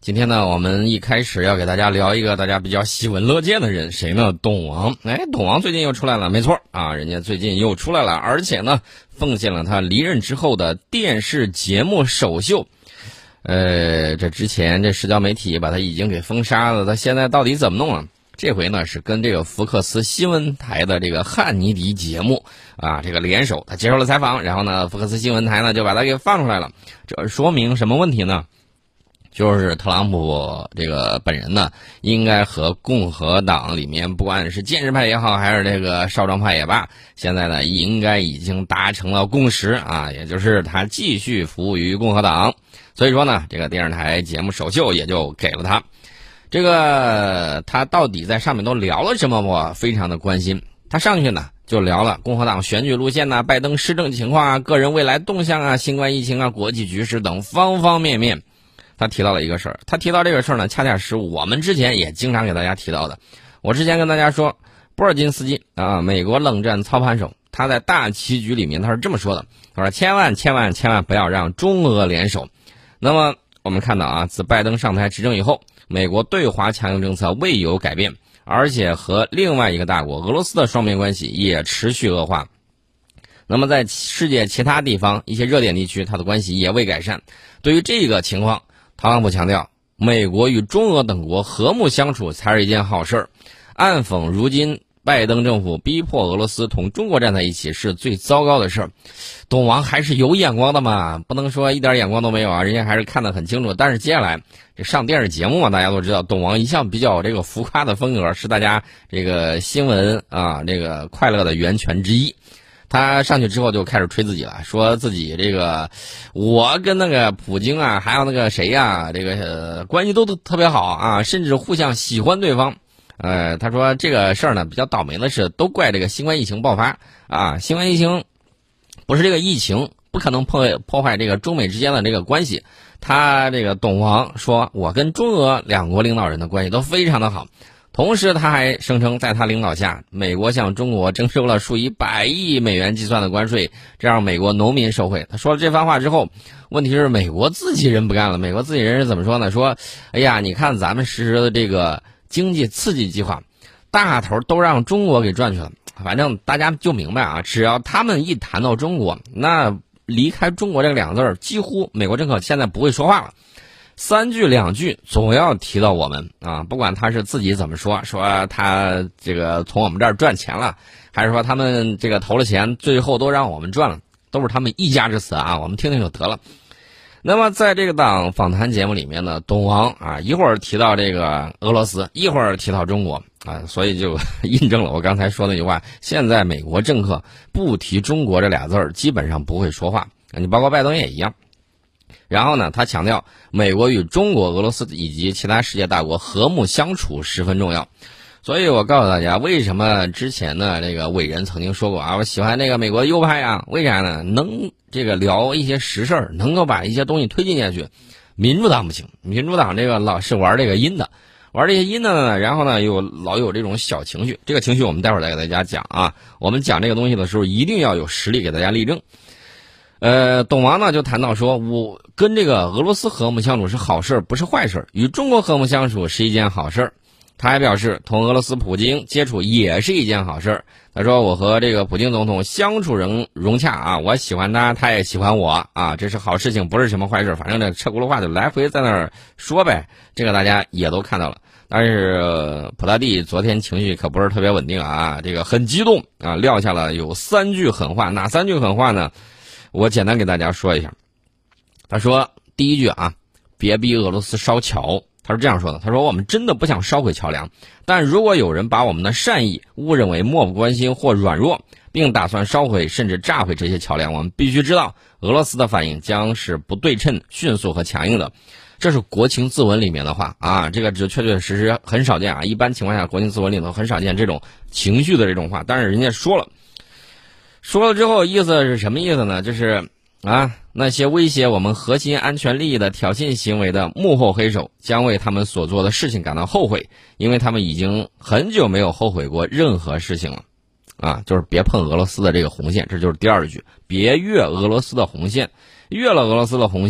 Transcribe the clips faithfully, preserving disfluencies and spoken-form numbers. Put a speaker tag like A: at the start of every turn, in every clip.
A: 今天呢，我们一开始要给大家聊一个大家比较喜闻乐见的人，谁呢？董王。哎，董王最近又出来了，没错啊，人家最近又出来了，而且呢，奉献了他离任之后的电视节目首秀。呃，这之前这社交媒体把他已经给封杀了，他现在到底怎么弄啊？这回呢是跟这个福克斯新闻台的这个汉尼迪节目啊，这个联手，他接受了采访，然后呢，福克斯新闻台呢就把他给放出来了。这说明什么问题呢？就是特朗普这个本人呢，应该和共和党里面不管是建制派也好，还是这个少壮派也罢，现在呢应该已经达成了共识啊，也就是他继续服务于共和党。所以说呢，这个电视台节目首秀也就给了他。这个他到底在上面都聊了什么，我非常的关心。他上去呢就聊了共和党选举路线呐、拜登施政情况啊、个人未来动向啊、新冠疫情啊、国际局势等方方面面。他提到了一个事儿，他提到这个事儿呢，恰恰是我们之前也经常给大家提到的。我之前跟大家说，波尔津斯基啊，美国冷战操盘手，他在大棋局里面他是这么说的，他说千万千万千万不要让中俄联手。那么我们看到啊，自拜登上台执政以后，美国对华强硬政策未有改变，而且和另外一个大国俄罗斯的双边关系也持续恶化。那么在世界其他地方一些热点地区，它的关系也未改善。对于这个情况，特朗普强调，美国与中俄等国和睦相处才是一件好事儿，暗讽如今拜登政府逼迫俄罗斯同中国站在一起是最糟糕的事儿。董王还是有眼光的嘛，不能说一点眼光都没有啊，人家还是看得很清楚。但是接下来这上电视节目嘛，大家都知道，董王一向比较这个浮夸的风格是大家这个新闻啊这个快乐的源泉之一。他上去之后就开始吹自己了，说自己这个我跟那个普京啊，还有那个谁呀、啊，这个、呃、关系都特别好啊，甚至互相喜欢对方。呃，他说这个事儿呢比较倒霉的是，都怪这个新冠疫情爆发啊，新冠疫情不是这个疫情不可能破破坏这个中美之间的这个关系。他这个董王说，我跟中俄两国领导人的关系都非常的好。同时他还声称，在他领导下，美国向中国征收了数以百亿美元计算的关税，这让美国农民受惠。他说了这番话之后，问题是美国自己人不干了。美国自己人是怎么说呢？说，哎呀，你看咱们实施的这个经济刺激计划，大头都让中国给赚去了。反正大家就明白啊，只要他们一谈到中国，那离开中国这两个字儿，几乎美国政客现在不会说话了。三句两句总要提到我们啊，不管他是自己怎么说，说他这个从我们这儿赚钱了，还是说他们这个投了钱，最后都让我们赚了，都是他们一家之词啊，我们听听就得了。那么在这个档访谈节目里面呢，董王啊一会儿提到这个俄罗斯，一会儿提到中国啊，所以就印证了我刚才说那句话，现在美国政客不提中国这俩字儿，基本上不会说话，你包括拜登也一样。然后呢，他强调美国与中国、俄罗斯以及其他世界大国和睦相处十分重要。所以我告诉大家，为什么之前呢这个伟人曾经说过啊，我喜欢那个美国右派啊，为啥呢？能这个聊一些实事儿，能够把一些东西推进下去。民主党不行，民主党这个老是玩这个阴的，玩这些阴的呢，然后呢又老有这种小情绪，这个情绪我们待会儿再给大家讲啊。我们讲这个东西的时候，一定要有实力给大家例证。呃，董王呢就谈到说，我跟这个俄罗斯和睦相处是好事，不是坏事，与中国和睦相处是一件好事。他还表示，同俄罗斯普京接触也是一件好事。他说，我和这个普京总统相处融融洽啊，我喜欢他，他也喜欢我啊，这是好事情，不是什么坏事。反正这车轱辘话就来回在那儿说呗，这个大家也都看到了。但是、呃、普大帝昨天情绪可不是特别稳定啊，这个很激动啊，撂下了有三句狠话。哪三句狠话呢？我简单给大家说一下。他说第一句啊，别逼俄罗斯烧桥。他是这样说的，他说我们真的不想烧毁桥梁，但如果有人把我们的善意误认为漠不关心或软弱，并打算烧毁甚至炸毁这些桥梁，我们必须知道俄罗斯的反应将是不对称、迅速和强硬的。这是国情咨文里面的话啊，这个只确确实实很少见啊，一般情况下国情咨文里头很少见这种情绪的这种话，但是人家说了说了之后，意思是什么意思呢？就是啊，那些威胁我们核心安全利益的挑衅行为的幕后黑手将为他们所做的事情感到后悔，因为他们已经很久没有后悔过任何事情了。啊，就是别碰俄罗斯的这个红线，这就是第二句，别越俄罗斯的红线，越了俄罗斯的红线，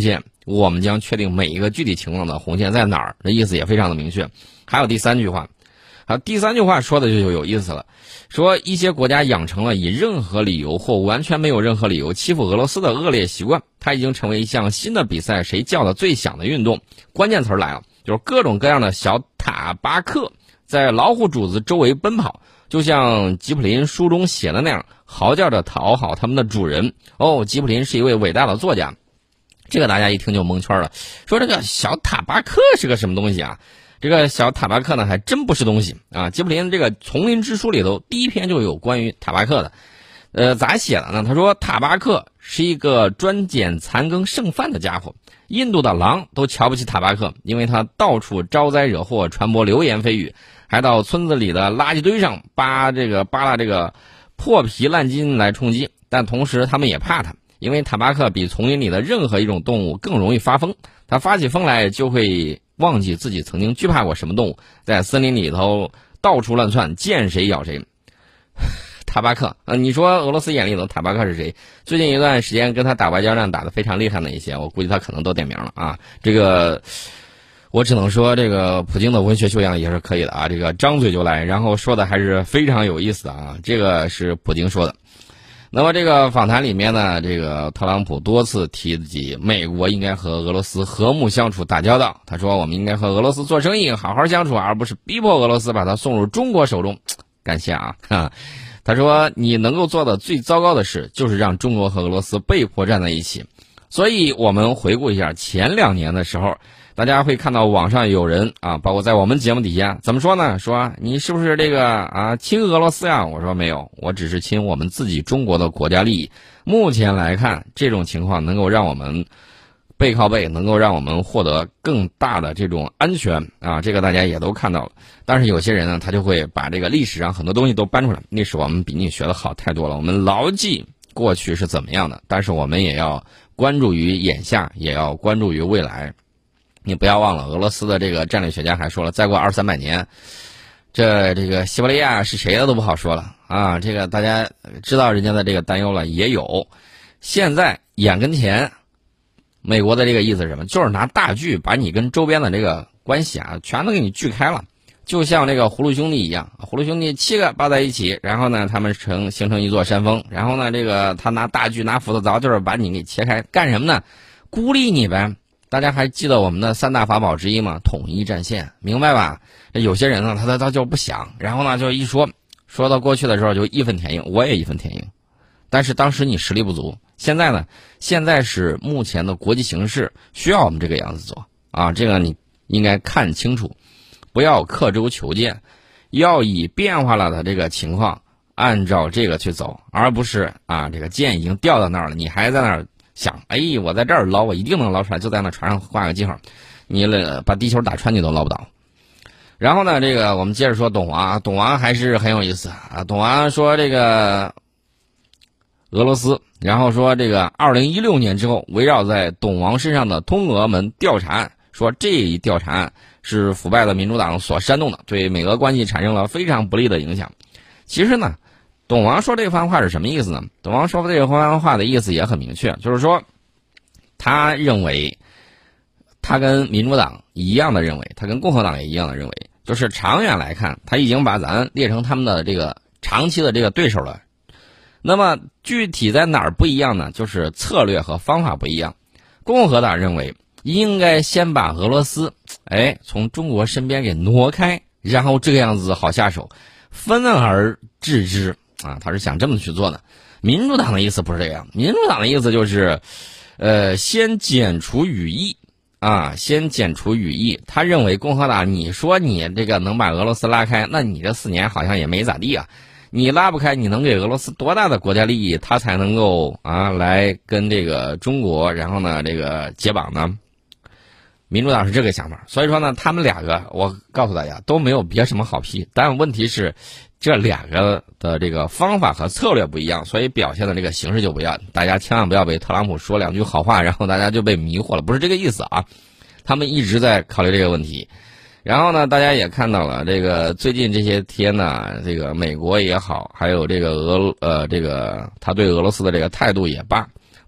A: 我们将确定每一个具体情况的红线在哪儿。这意思也非常的明确。还有第三句话，好，第三句话说的就有意思了，说一些国家养成了以任何理由或完全没有任何理由欺负俄罗斯的恶劣习惯，它已经成为一项新的比赛，谁叫的最响的运动。关键词来了，就是各种各样的小塔巴克在老虎主子周围奔跑，就像吉普林书中写的那样，嚎叫着讨好他们的主人。哦，吉普林是一位伟大的作家，这个大家一听就蒙圈了，说这个小塔巴克是个什么东西啊？这个小塔巴克呢，还真不是东西啊！吉普林这个《丛林之书》里头第一篇就有关于塔巴克的，呃，咋写的呢？他说塔巴克是一个专捡残羹剩饭的家伙，印度的狼都瞧不起塔巴克，因为他到处招灾惹祸，传播流言蜚语，还到村子里的垃圾堆上扒这个扒拉这个破皮烂筋来充饥。但同时他们也怕他，因为塔巴克比丛林里的任何一种动物更容易发疯，他发起疯来就会忘记自己曾经惧怕过什么动物，在森林里头到处乱窜，见谁咬谁。塔巴克，呃，你说俄罗斯眼里的塔巴克是谁？最近一段时间跟他打外交战打得非常厉害的一些，我估计他可能都点名了啊。这个我只能说，这个普京的文学修养也是可以的啊，这个张嘴就来，然后说的还是非常有意思的啊。这个是普京说的。那么这个访谈里面呢，这个特朗普多次提及美国应该和俄罗斯和睦相处打交道，他说我们应该和俄罗斯做生意好好相处，而不是逼迫俄罗斯把它送入中国手中。感谢啊哈，他说你能够做的最糟糕的事就是让中国和俄罗斯被迫站在一起。所以我们回顾一下前两年的时候，大家会看到网上有人啊，包括在我们节目底下怎么说呢？说你是不是这个啊亲俄罗斯呀？我说没有，我只是亲我们自己中国的国家利益。目前来看，这种情况能够让我们背靠背，能够让我们获得更大的这种安全啊，这个大家也都看到了。但是有些人呢，他就会把这个历史上很多东西都搬出来，历史我们比你学的好太多了，我们牢记过去是怎么样的，但是我们也要关注于眼下，也要关注于未来。你不要忘了，俄罗斯的这个战略学家还说了，再过二三百年，这这个西伯利亚是谁的都不好说了啊！这个大家知道人家的这个担忧了，也有。现在眼跟前，美国的这个意思是什么？就是拿大锯把你跟周边的这个关系啊，全都给你锯开了，就像这个葫芦兄弟一样，葫芦兄弟七个抱在一起，然后呢，他们成形成一座山峰，然后呢，这个他拿大锯拿斧头凿，就是把你给切开，干什么呢？孤立你呗。大家还记得我们的三大法宝之一吗？统一战线，明白吧？有些人呢，他他他就不想，然后呢，就一说，说到过去的时候就义愤填膺，我也义愤填膺。但是当时你实力不足，现在呢，现在是目前的国际形势需要我们这个样子做啊，这个你应该看清楚，不要刻舟求剑，要以变化了的这个情况按照这个去走，而不是啊，这个剑已经掉到那儿了，你还在那儿想，哎，我在这儿捞，我一定能捞出来，就在那船上画个记号，你了把地球打穿你都捞不到。然后呢，这个我们接着说董王，董王还是很有意思啊。董王说这个俄罗斯，然后说这个二零一六年之后，围绕在董王身上的通俄门调查案，说这一调查案是腐败的民主党所煽动的，对美俄关系产生了非常不利的影响。其实呢，董王说这番话是什么意思呢？董王说这番话的意思也很明确，就是说他认为他跟民主党一样的认为，他跟共和党也一样的认为，就是长远来看，他已经把咱列成他们的这个长期的这个对手了。那么具体在哪儿不一样呢？就是策略和方法不一样。共和党认为应该先把俄罗斯哎从中国身边给挪开，然后这个样子好下手，分而治之啊，他是想这么去做的。民主党的意思不是这样，民主党的意思就是呃先剪除羽翼啊，先剪除羽翼。他认为共和党，你说你这个能把俄罗斯拉开，那你这四年好像也没咋地啊。你拉不开，你能给俄罗斯多大的国家利益，他才能够啊来跟这个中国，然后呢这个接榜呢？民主党是这个想法，所以说呢，他们两个我告诉大家都没有别什么好屁，但问题是这两个的这个方法和策略不一样，所以表现的这个形式就不一样。大家千万不要被特朗普说两句好话，然后大家就被迷惑了，不是这个意思啊。他们一直在考虑这个问题。然后呢，大家也看到了，这个最近这些天呢，这个美国也好，还有这个俄呃这个他对俄罗斯的这个态度也罢，包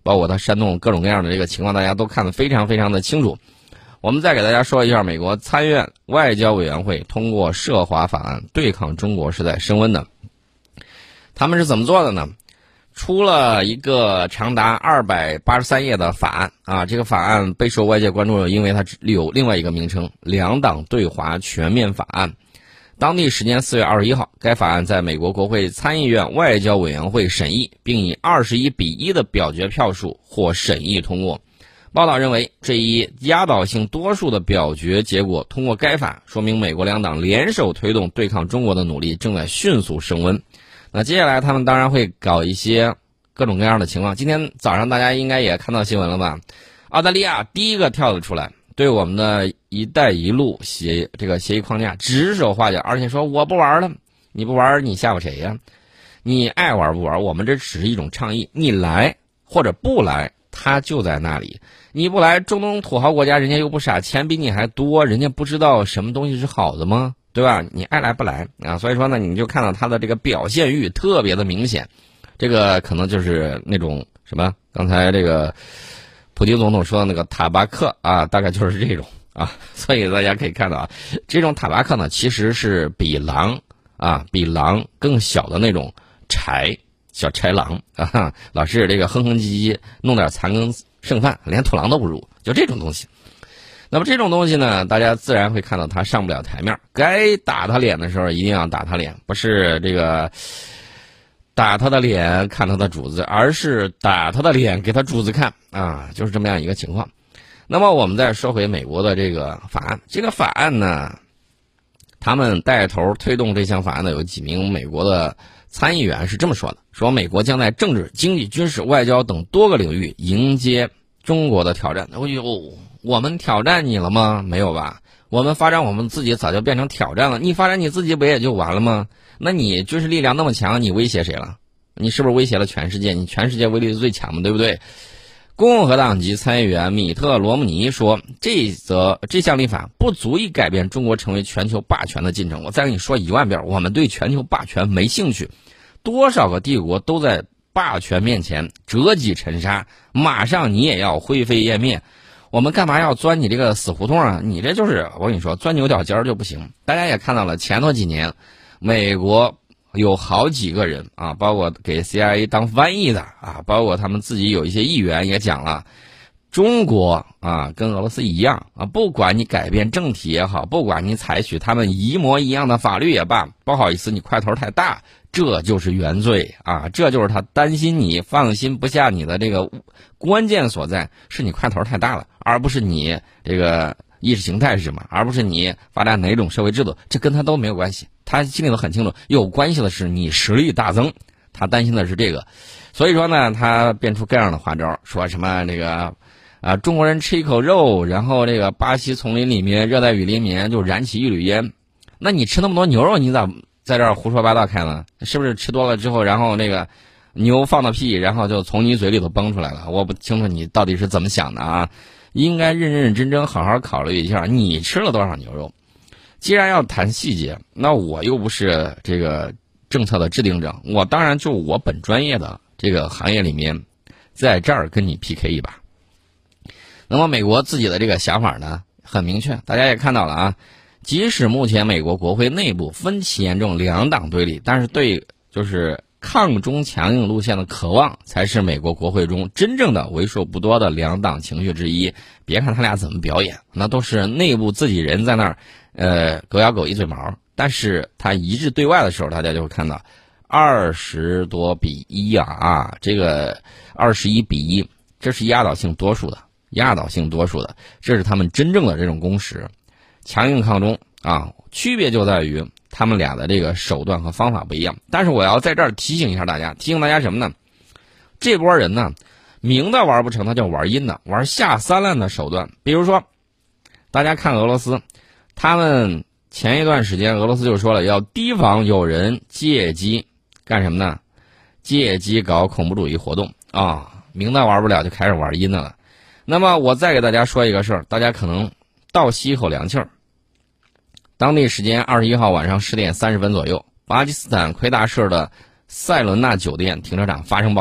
A: 包括他煽动各种各样的这个情况，大家都看得非常非常的清楚。我们再给大家说一下，美国参议院外交委员会通过涉华法案，对抗中国是在升温的。他们是怎么做的呢？出了一个长达二百八十三页的法案啊，这个法案备受外界关注，因为它有另外一个名称——两党对华全面法案。当地时间四月二十一号，该法案在美国国会参议院外交委员会审议，并以二十一比一的表决票数获审议通过。报道认为，这一压倒性多数的表决结果通过该法，说明美国两党联手推动对抗中国的努力正在迅速升温。那接下来他们当然会搞一些各种各样的情况。今天早上大家应该也看到新闻了吧？澳大利亚第一个跳了出来，对我们的一带一路协这个协议框架指手画脚，而且说我不玩了，你不玩你吓唬谁呀？你爱玩不玩，我们这只是一种倡议，你来或者不来，他就在那里。你不来，中东土豪国家人家又不傻，钱比你还多，人家不知道什么东西是好的吗？对吧？你爱来不来啊？所以说呢，你就看到他的这个表现欲特别的明显。这个可能就是那种什么，刚才这个普京总统说的那个塔巴克啊，大概就是这种啊。所以大家可以看到啊，这种塔巴克呢，其实是比狼啊，比狼更小的那种豺，小豺狼啊，老是这个哼哼唧唧，弄点残羹剩饭，连土狼都不如，就这种东西。那么这种东西呢，大家自然会看到他上不了台面，该打他脸的时候一定要打他脸，不是这个打他的脸看他的主子，而是打他的脸给他主子看啊，就是这么样一个情况。那么我们再说回美国的这个法案，这个法案呢，他们带头推动这项法案的有几名美国的参议员是这么说的，说美国将在政治、经济、军事、外交等多个领域迎接中国的挑战。哎呦，我们挑战你了吗？没有吧？我们发展我们自己早就变成挑战了，你发展你自己不也就完了吗？那你军事力量那么强，你威胁谁了？你是不是威胁了全世界？你全世界威力最强嘛，对不对？共和党籍参议员米特·罗姆尼说，这则这项立法不足以改变中国成为全球霸权的进程。我再跟你说一万遍，我们对全球霸权没兴趣，多少个帝国都在霸权面前折戟沉沙，马上你也要灰飞烟灭。我们干嘛要钻你这个死胡同啊？你这就是我跟你说，钻牛角尖就不行。大家也看到了，前头几年美国有好几个人啊，包括给 C I A 当翻译的啊，包括他们自己有一些议员也讲了，中国啊跟俄罗斯一样啊，不管你改变政体也好，不管你采取他们一模一样的法律也罢，不好意思，你块头太大，这就是原罪啊！这就是他担心你放心不下你的这个关键所在，是你块头太大了，而不是你这个意识形态是什么，而不是你发展哪种社会制度，这跟他都没有关系。他心里头很清楚，有关系的是你实力大增，他担心的是这个。所以说呢，他变出各样的花招，说什么这个啊，中国人吃一口肉，然后这个巴西丛林里面热带雨林里面就燃起一缕烟。那你吃那么多牛肉，你咋在这儿胡说八道开呢？是不是吃多了之后，然后那个牛放的屁，然后就从你嘴里头崩出来了？我不清楚你到底是怎么想的啊！应该认认真真好好考虑一下，你吃了多少牛肉？既然要谈细节，那我又不是这个政策的制定者，我当然就我本专业的这个行业里面，在这儿跟你 P K 一把。那么美国自己的这个想法呢，很明确，大家也看到了啊。即使目前美国国会内部分歧严重，两党对立，但是对就是抗中强硬路线的渴望，才是美国国会中真正的为数不多的两党情绪之一。别看他俩怎么表演，那都是内部自己人在那儿，呃，狗咬狗一嘴毛。但是他一致对外的时候，大家就会看到二十多比一啊啊，这个二十一比一，这是压倒性多数的，压倒性多数的，这是他们真正的这种共识。强硬抗中啊，区别就在于他们俩的这个手段和方法不一样。但是我要在这儿提醒一下大家，提醒大家什么呢？这波人呢，明的玩不成，他就玩阴的，玩下三滥的手段。比如说，大家看俄罗斯，他们前一段时间俄罗斯就说了，要提防有人借机干什么呢？借机搞恐怖主义活动啊，明的玩不了，就开始玩阴的了。那么我再给大家说一个事儿，大家可能倒吸一口凉气儿。当地时间二十一号晚上十点三十分左右，巴基斯坦奎达市的塞伦纳酒店停车场发生爆炸，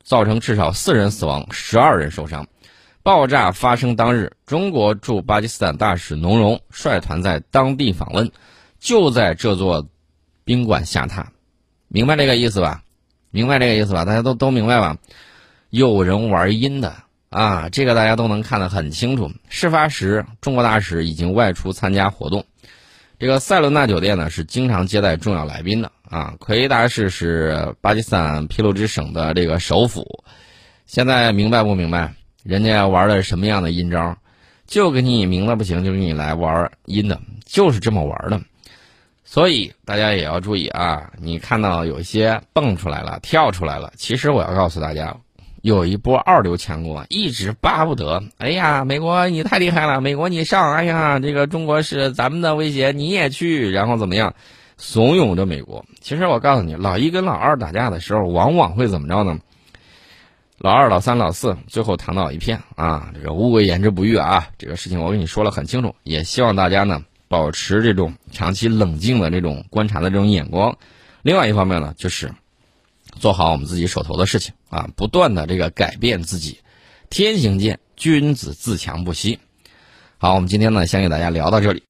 A: 造成至少四人死亡，十二人受伤。爆炸发生当日，中国驻巴基斯坦大使农荣率团在当地访问，就在这座宾馆下榻。明白这个意思吧？明白这个意思吧？大家都都明白吧？有人玩阴的啊，这个大家都能看得很清楚。事发时，中国大使已经外出参加活动。这个塞伦纳酒店呢是经常接待重要来宾的啊。奎达市是巴基斯坦皮鲁支省的这个首府。现在明白不明白？人家玩的什么样的阴招？就给你明了不行，就给你来玩阴的，就是这么玩的。所以大家也要注意啊！你看到有些蹦出来了、跳出来了，其实我要告诉大家，有一波二流强国一直巴不得，哎呀，美国你太厉害了，美国你上，哎呀，这个中国是咱们的威胁，你也去，然后怎么样，怂恿着美国。其实我告诉你，老一跟老二打架的时候，往往会怎么着呢？老二、老三、老四，最后躺倒一片啊！这个乌龟言之不预啊！这个事情我跟你说了很清楚，也希望大家呢保持这种长期冷静的这种观察的这种眼光。另外一方面呢，就是做好我们自己手头的事情啊，不断的这个改变自己。天行健，君子自强不息。好，我们今天呢先给大家聊到这里。